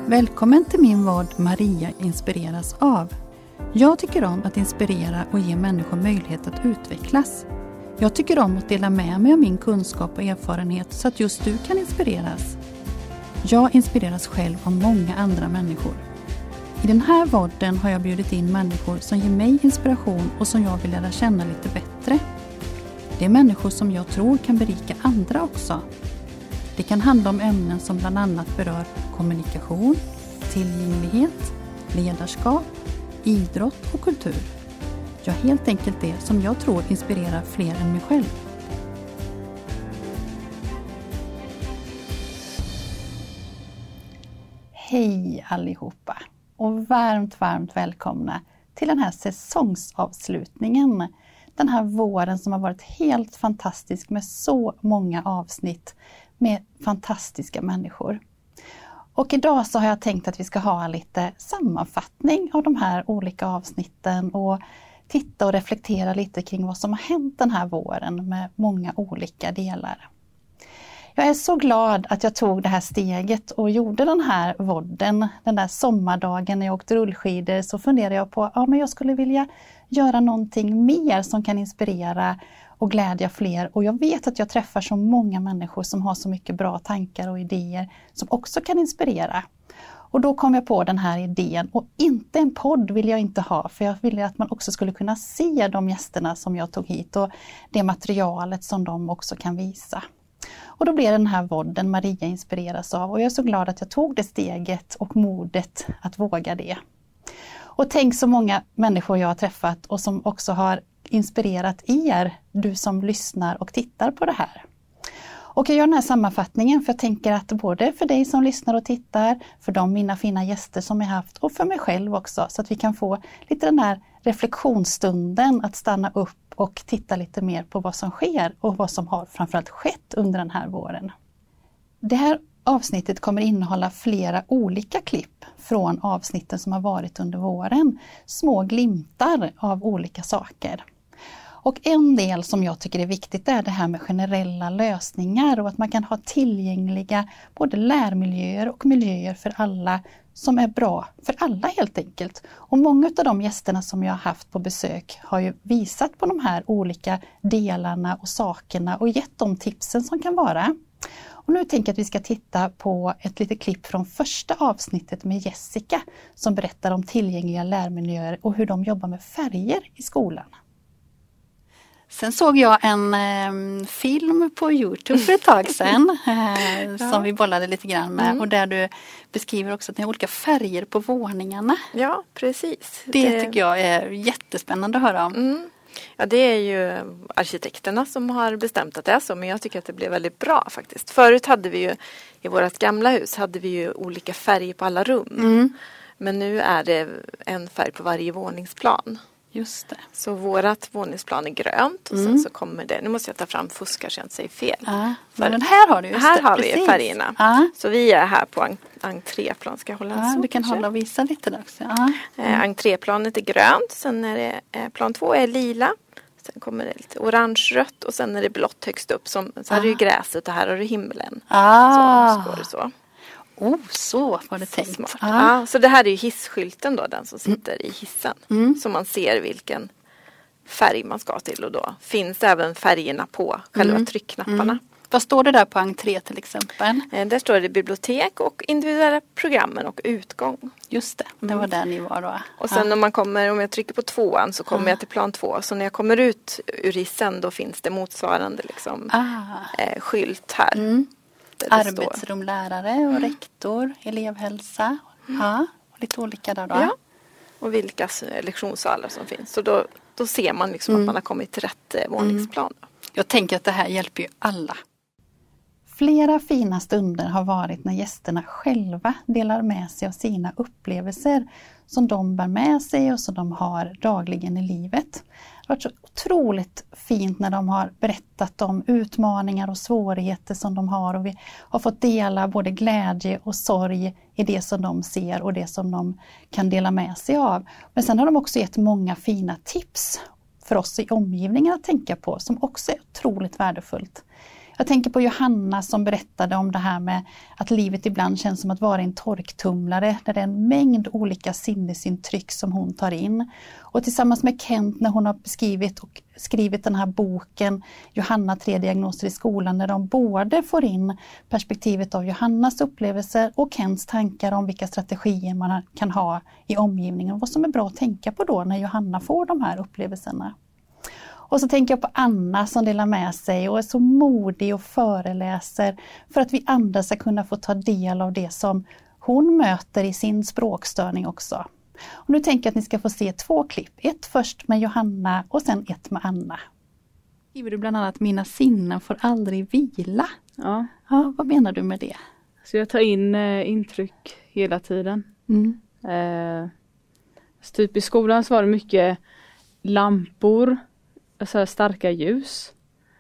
Välkommen till min podd Maria inspireras av. Jag tycker om att inspirera och ge människor möjlighet att utvecklas. Jag tycker om att dela med mig av min kunskap och erfarenhet så att just du kan inspireras. Jag inspireras själv av många andra människor. I den här podden har jag bjudit in människor som ger mig inspiration och som jag vill lära känna lite bättre. Det är människor som jag tror kan berika andra också. Det kan handla om ämnen som bland annat berör kommunikation, tillgänglighet, ledarskap, idrott och kultur. Ja, helt enkelt det som jag tror inspirerar fler än mig själv. Hej allihopa och varmt välkomna till den här säsongsavslutningen. Den här våren som har varit helt fantastisk med så många avsnitt med fantastiska människor. Och idag så har jag tänkt att vi ska ha lite sammanfattning av de här olika avsnitten och titta och reflektera lite kring vad som har hänt den här våren med många olika delar. Jag är så glad att jag tog det här steget och gjorde den här vodden. Den där sommardagen när jag åkte rullskidor så funderade jag på men jag skulle vilja göra någonting mer som kan inspirera och glädja fler. Och jag vet att jag träffar så många människor som har så mycket bra tankar och idéer som också kan inspirera. Och då kom jag på den här idén, och inte en podd vill jag inte ha, för jag ville att man också skulle kunna se de gästerna som jag tog hit och det materialet som de också kan visa. Och då blev den här vodden Maria inspireras av, och jag är så glad att jag tog det steget och modet att våga det. Och tänk så många människor jag har träffat och som också har inspirerat er, du som lyssnar och tittar på det här. Och jag gör den här sammanfattningen för jag tänker att både för dig som lyssnar och tittar, för de mina fina gäster som jag haft och för mig själv också, så att vi kan få lite den här reflektionsstunden att stanna upp och titta lite mer på vad som sker och vad som har framförallt skett under den här våren. Det här avsnittet kommer innehålla flera olika klipp från avsnitten som har varit under våren. Små glimtar av olika saker. Och en del som jag tycker är viktigt är det här med generella lösningar och att man kan ha tillgängliga både lärmiljöer och miljöer för alla som är bra för alla helt enkelt. Och många av de gästerna som jag har haft på besök har ju visat på de här olika delarna och sakerna och gett de tipsen som kan vara. Och nu tänker jag att vi ska titta på ett litet klipp från första avsnittet med Jessica som berättar om tillgängliga lärmiljöer och hur de jobbar med färger i skolan. Sen såg jag en film på YouTube för ett tag sedan som vi bollade lite grann med och där du beskriver också att det är olika färger på våningarna. Ja, precis. Det tycker jag är jättespännande att höra om. Ja, det är ju arkitekterna som har bestämt att det är så, men jag tycker att det blev väldigt bra faktiskt. Förut hade vi ju i vårt gamla hus hade vi ju olika färger på alla rum. Men nu är det en färg på varje våningsplan. Just det. Så vårat våningsplan är grönt och sen så kommer det, nu måste jag ta fram fuskar så jag inte säger fel. Men här har du just här det. Har precis. Vi färgerna. Så vi är här på entréplan, ska jag hålla så. Du kan hålla och visa lite där också. Entréplanet är grönt, sen är det plan 2 är lila. Sen kommer det lite orange-rött och sen är det blått högst upp. Så här är ju gräset och här har du himlen. Så står det så. Så var det tänkt. Smart. Ja, så det här är ju hissskylten då, den som sitter i hissen. Så man ser vilken färg man ska till och då finns även färgerna på själva tryckknapparna. Vad står det där på entré till exempel? Där står det bibliotek och individuella programmen och utgång. Just det var där ni var då. Och sen om jag trycker på 2:an så kommer jag till plan 2. Så när jag kommer ut ur hissen då finns det motsvarande skylt här. Arbetsrum, lärare och rektor, elevhälsa. Och lite olika där då. Ja, och vilka lektionssalar som finns. Så då ser man liksom att man har kommit till rätt våningsplan. Jag tänker att det här hjälper ju alla. Flera fina stunder har varit när gästerna själva delar med sig av sina upplevelser som de bär med sig och som de har dagligen i livet. Det har varit så otroligt fint när de har berättat om utmaningar och svårigheter som de har, och vi har fått dela både glädje och sorg i det som de ser och det som de kan dela med sig av. Men sen har de också gett många fina tips för oss i omgivningen att tänka på som också är otroligt värdefullt. Jag tänker på Johanna som berättade om det här med att livet ibland känns som att vara en torktumlare där det är en mängd olika sinnesintryck som hon tar in. Och tillsammans med Kent när hon har beskrivit och skrivit den här boken Johanna 3 diagnoser i skolan, när de både får in perspektivet av Johannas upplevelser och Kents tankar om vilka strategier man kan ha i omgivningen och vad som är bra att tänka på då när Johanna får de här upplevelserna. Och så tänker jag på Anna som delar med sig och är så modig och föreläser för att vi andra ska kunna få ta del av det som hon möter i sin språkstörning också. Och nu tänker jag att ni ska få se 2 klipp. Ett först med Johanna och sen ett med Anna. Skriver du bland annat mina sinnen får aldrig vila. Ja. Ja, vad menar du med det? Så jag tar in intryck hela tiden. Så typ i skolan så var det mycket lampor, alltså starka ljus,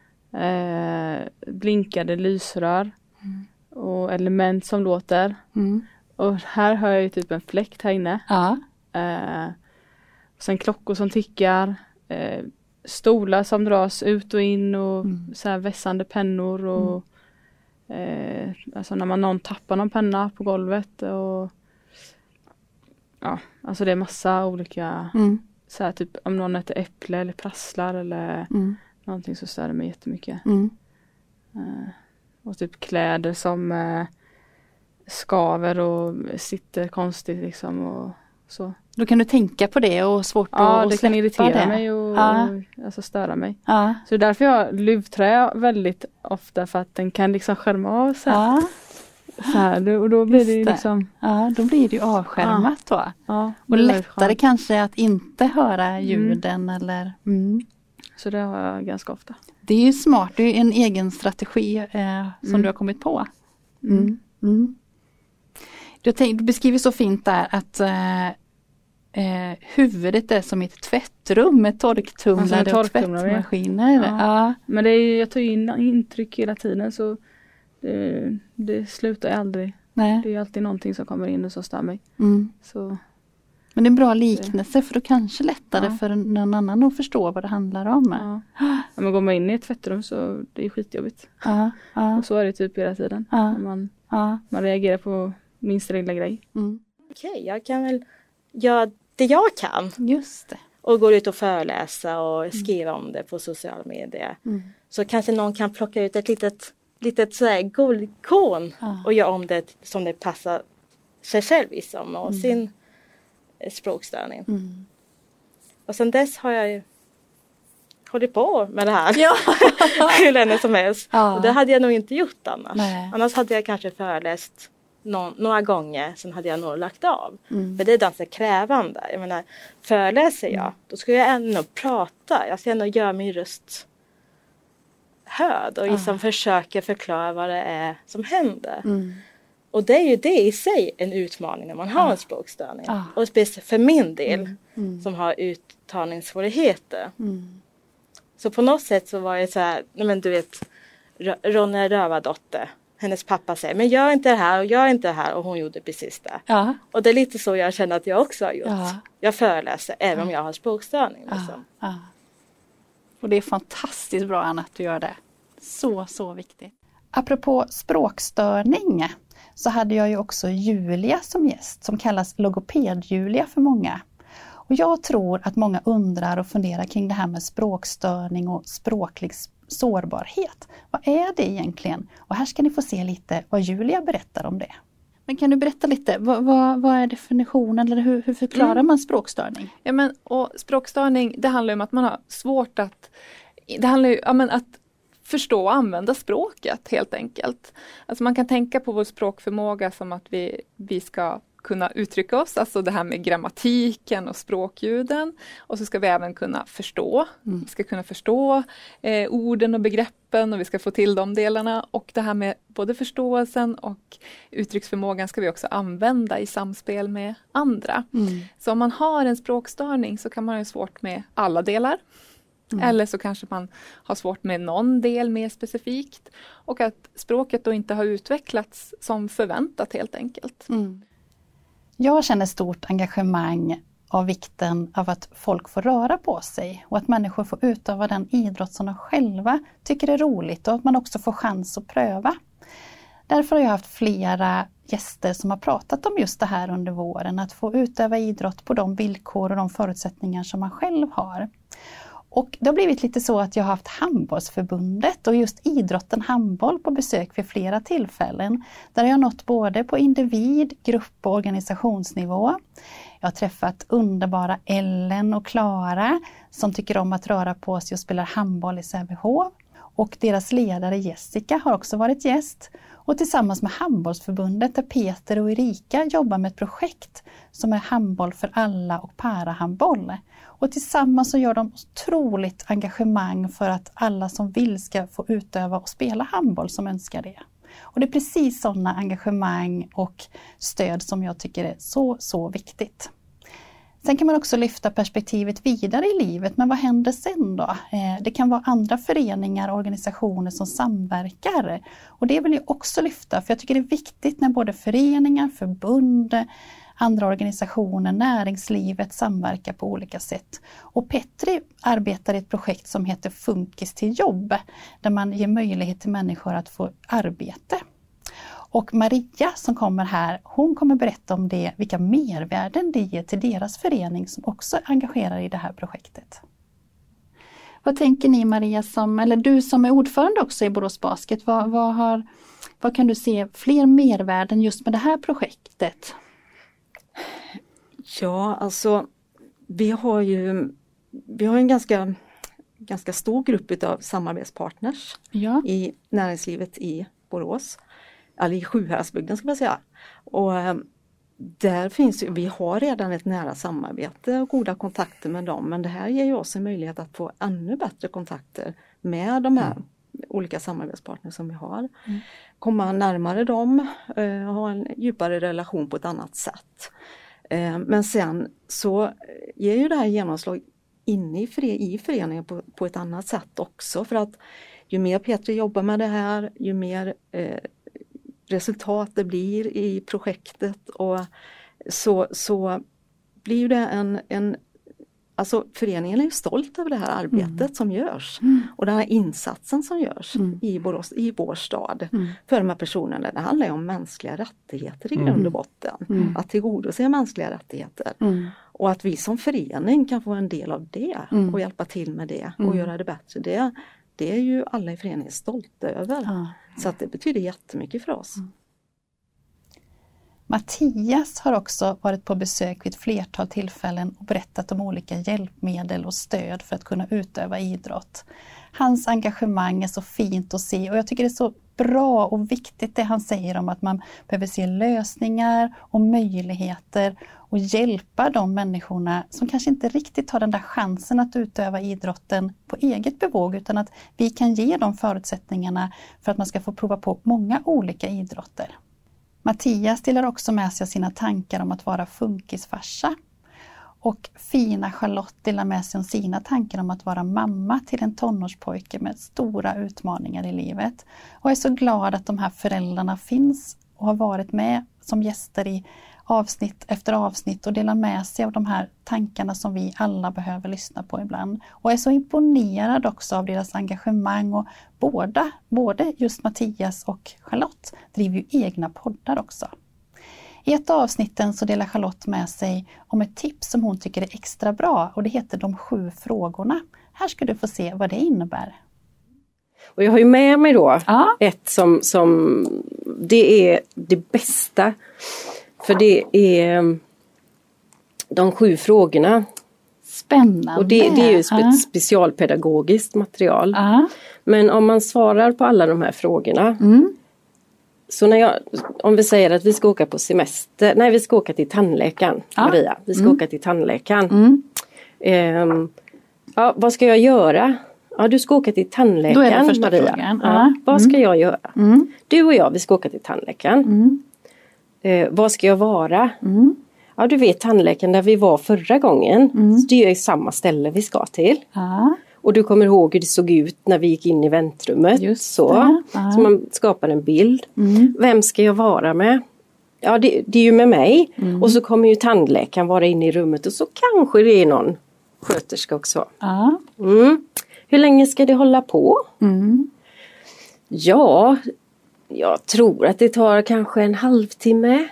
blinkade lysrör och element som låter. Och här har jag ju typ en fläkt här inne. Ja. Sen klockor som tickar, stolar som dras ut och in och så här vässande pennor och alltså när någon tappar någon penna på golvet och ja, alltså det är massa olika så här typ om någon äter äpple eller prasslar eller någonting så stör det mig jättemycket. Och typ kläder som skaver och sitter konstigt liksom och så. Då kan du tänka på det och svårt att släppa det. Ja, det kan irritera mig och alltså störa mig. Ja. Så därför jag luvträ väldigt ofta för att den kan liksom skärma av sig. Ja. Så här, och då blir det ju liksom... Ja, då blir det ju avskärmat då. Ja, och lättare kanske att inte höra ljuden eller... Så det har jag ganska ofta. Det är ju smart, det är en egen strategi som du har kommit på. Du beskriver så fint där att huvudet är som ett tvättrum med torktumlare och tvättmaskiner. Ja. Men det är, jag tar in intryck hela tiden så det slutar aldrig. Nej. Det är alltid någonting som kommer in och som stör mig. Så. Men det är en bra liknelse för då kanske lättare för någon annan att förstå vad det handlar om. Ja. Men går man in i ett tvättrum så det är skitjobbigt. Och så är det typ hela tiden. Man reagerar på minsta lilla grej. Okej, jag kan väl göra det jag kan. Just det. Och gå ut och föreläsa och skriva om det på sociala medier. Så kanske någon kan plocka ut ett litet så här guldkorn och göra om det som det passar sig själv liksom och sin språkstörning. Och sen dess har jag ju hållit på med det här. Hur länge som helst. Och det hade jag nog inte gjort annars. Nej. Annars hade jag kanske föreläst några gånger. Sen hade jag nog lagt av. För det är ganska krävande. Jag menar, föreläser jag. Då ska jag ändå prata. Jag ska ändå göra min röst hörd. Och liksom försöka förklara vad det är som händer. Och det är ju det i sig en utmaning när man har en språkstörning. Och speciellt för min del som har uttalningssvårigheter. Så på något sätt så var det så här, men du vet, Ronja Rövardotter, hennes pappa säger, men gör inte det här och gör inte det här, och hon gjorde precis det. Och det är lite så jag känner att jag också har gjort. Jag föreläser även om jag har språkstörning. Liksom. Och det är fantastiskt bra, Anna, att du gör det. Så viktigt. Apropå språkstörning så hade jag ju också Julia som gäst som kallas logoped-Julia för många. Och jag tror att många undrar och funderar kring det här med språkstörning och språklig sårbarhet. Vad är det egentligen? Och här ska ni få se lite vad Julia berättar om det. Men kan du berätta lite, vad är definitionen eller hur förklarar man språkstörning? Ja, men, och språkstörning, det handlar om att man har svårt att, det handlar ju om att förstå och använda språket helt enkelt. Alltså man kan tänka på vår språkförmåga som att vi ska kunna uttrycka oss, alltså det här med grammatiken och språkljuden. Och så ska vi även kunna förstå. Vi ska kunna förstå orden och begreppen och vi ska få till de delarna. Och det här med både förståelsen och uttrycksförmågan ska vi också använda i samspel med andra. Så om man har en språkstörning så kan man ha svårt med alla delar. Eller så kanske man har svårt med någon del mer specifikt. Och att språket då inte har utvecklats som förväntat helt enkelt. Jag känner stort engagemang av vikten av att folk får röra på sig och att människor får utöva den idrott som de själva tycker är roligt och att man också får chans att pröva. Därför har jag haft flera gäster som har pratat om just det här under våren, att få utöva idrott på de villkor och de förutsättningar som man själv har. Och det har blivit lite så att jag har haft handbollsförbundet och just idrotten handboll på besök vid flera tillfällen. Där har jag nått både på individ-, grupp- och organisationsnivå. Jag har träffat underbara Ellen och Klara som tycker om att röra på sig och spelar handboll i Sävehof. Och deras ledare Jessica har också varit gäst. Och tillsammans med handbollsförbundet där Peter och Erika jobbar med ett projekt som är handboll för alla och parahandboll. Och tillsammans så gör de otroligt engagemang för att alla som vill ska få utöva och spela handboll som önskar det. Och det är precis sådana engagemang och stöd som jag tycker är så viktigt. Sen kan man också lyfta perspektivet vidare i livet, men vad händer sen då? Det kan vara andra föreningar och organisationer som samverkar. Och det vill jag också lyfta, för jag tycker det är viktigt när både föreningar, förbund, andra organisationer, näringslivet samverkar på olika sätt. Och Petri arbetar i ett projekt som heter Funkis till jobb, där man ger möjlighet till människor att få arbete. Och Maria som kommer här, hon kommer berätta om det, vilka mervärden det ger till deras förening som också engagerar i det här projektet. Vad tänker ni Maria, eller du som är ordförande också i Borås Basket, vad kan du se fler mervärden just med det här projektet? Ja, alltså vi har en ganska stor grupp av samarbetspartners i näringslivet i Borås. Eller i Sjuhäradsbygden ska man säga. Och där vi har redan ett nära samarbete och goda kontakter med dem. Men det här ger ju oss en möjlighet att få ännu bättre kontakter med de här olika samarbetspartner som vi har. Komma närmare dem och ha en djupare relation på ett annat sätt. Men sen så ger ju det här genomslag inne i föreningen på ett annat sätt också. För att ju mer Petri jobbar med det här, ju mer resultat det blir i projektet och så blir ju det alltså föreningen är ju stolt över det här arbetet som görs och den här insatsen som görs i vår stad för de här personerna. Det handlar ju om mänskliga rättigheter i grund och botten. Att tillgodose mänskliga rättigheter. Och att vi som förening kan få en del av det och hjälpa till med det och göra det bättre. Det är ju alla i föreningen stolta över. Så att det betyder jättemycket för oss. Mattias har också varit på besök vid ett flertal tillfällen och berättat om olika hjälpmedel och stöd för att kunna utöva idrott. Hans engagemang är så fint att se och jag tycker det är så bra och viktigt det han säger om att man behöver se lösningar och möjligheter och hjälpa de människorna som kanske inte riktigt har den där chansen att utöva idrotten på eget bevåg, utan att vi kan ge dem förutsättningarna för att man ska få prova på många olika idrotter. Mattias delar också med sig av sina tankar om att vara funkisfarsa. Och fina Charlotte delar med sig om sina tankar om att vara mamma till en tonårspojke med stora utmaningar i livet. Och är så glad att de här föräldrarna finns och har varit med som gäster i avsnitt efter avsnitt och delar med sig av de här tankarna som vi alla behöver lyssna på ibland. Och är så imponerad också av deras engagemang och både just Mattias och Charlotte driver ju egna poddar också. I ett av avsnitten så delar Charlotte med sig om ett tips som hon tycker är extra bra och det heter De 7 frågorna. Här ska du få se vad det innebär. Och jag har ju med mig då ett som det är det bästa. För det är de 7 frågorna. Spännande. Och det är ju ett specialpedagogiskt material. Men om man svarar på alla de här frågorna. Så om vi säger att vi ska åka på semester. Nej, vi ska åka till tandläkaren, Maria. Vi ska åka till tandläkaren. Vad ska jag göra? Ja, du ska åka till tandläkaren, Maria. Då är det första frågan. Vad ska jag göra? Du och jag, vi ska åka till tandläkaren. Vad ska jag vara? Ja, du vet tandläkaren där vi var förra gången. Så det är ju samma ställe vi ska till. Och du kommer ihåg hur det såg ut när vi gick in i väntrummet. Så man skapar en bild. Vem ska jag vara med? Ja, det är ju med mig. Och så kommer ju tandläkaren vara inne i rummet och så kanske det är någon sköterska också. Hur länge ska det hålla på? Ja, jag tror att det tar kanske en halvtimme.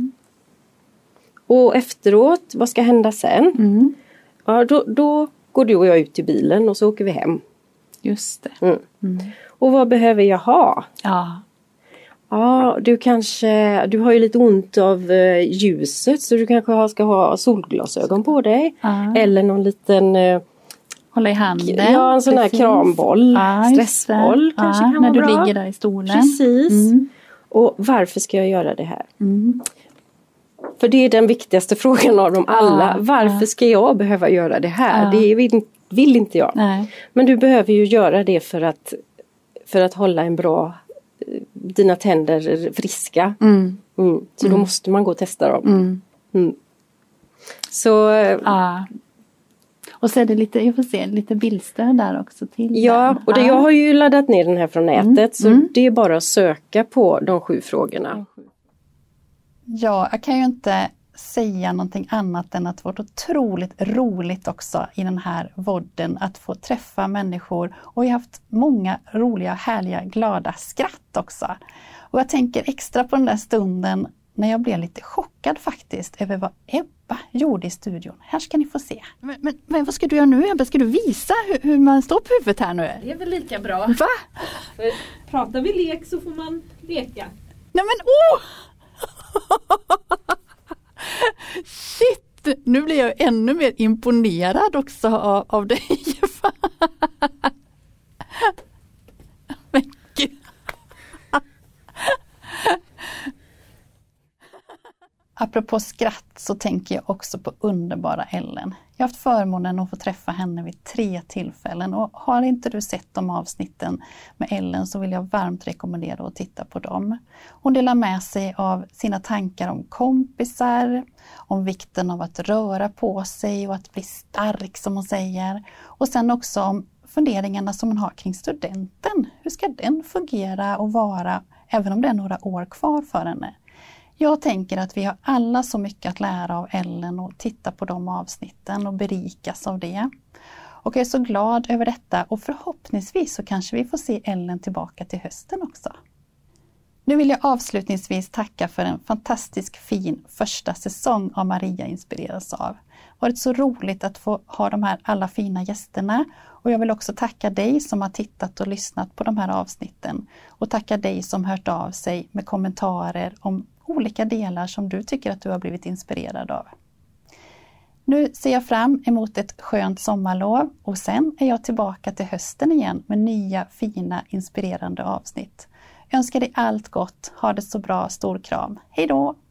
Och efteråt, vad ska hända sen? Ja, då går du och jag ut i bilen och så åker vi hem. Just det. Och vad behöver jag ha? Ja, du har ju lite ont av ljuset så du kanske ska ha solglasögon på dig. Eller någon liten... hålla i handen. Ja, en sån här kramboll. Stressboll kanske kan när vara bra. När du ligger där i stolen. Precis. Och varför ska jag göra det här? För det är den viktigaste frågan av dem alla. Varför ska jag behöva göra det här? Det vill inte jag. Nej. Men du behöver ju göra det för att hålla en bra... dina tänder friska. Så då måste man gå och testa dem. Så... Och så är det lite, jag får se, lite bildstöd där också till. Ja, och jag har ju laddat ner den här från nätet. Så det är bara att söka på de 7 frågorna. Ja, jag kan ju inte säga någonting annat än att det varit otroligt roligt också i den här vodden att få träffa människor. Och jag har haft många roliga, härliga, glada skratt också. Och jag tänker extra på den där stunden när jag blev lite chockad faktiskt över vad Ebba gjorde i studion. Här ska ni få se. Men vad ska du göra nu, Ebba? Ska du visa hur man står på huvudet här nu? Det är väl lika bra. Va? För pratar vi lek så får man leka. Nej men Shit! Nu blir jag ännu mer imponerad också av dig. Men gud. Apropå skratt så tänker jag också på underbara Ellen. Jag har haft förmånen att få träffa henne vid 3 tillfällen och har inte du sett de avsnitten med Ellen så vill jag varmt rekommendera att titta på dem. Hon delar med sig av sina tankar om kompisar, om vikten av att röra på sig och att bli stark som hon säger. Och sen också om funderingarna som hon har kring studenten. Hur ska den fungera och vara även om det är några år kvar för henne? Jag tänker att vi har alla så mycket att lära av Ellen och titta på de avsnitten och berikas av det. Och jag är så glad över detta och förhoppningsvis så kanske vi får se Ellen tillbaka till hösten också. Nu vill jag avslutningsvis tacka för en fantastisk fin första säsong av Maria inspireras av. Det har varit så roligt att få ha de här alla fina gästerna och jag vill också tacka dig som har tittat och lyssnat på de här avsnitten och tacka dig som hört av sig med kommentarer om olika delar som du tycker att du har blivit inspirerad av. Nu ser jag fram emot ett skönt sommarlov och sen är jag tillbaka till hösten igen med nya fina inspirerande avsnitt. Jag önskar dig allt gott, ha det så bra, stor kram, hej då!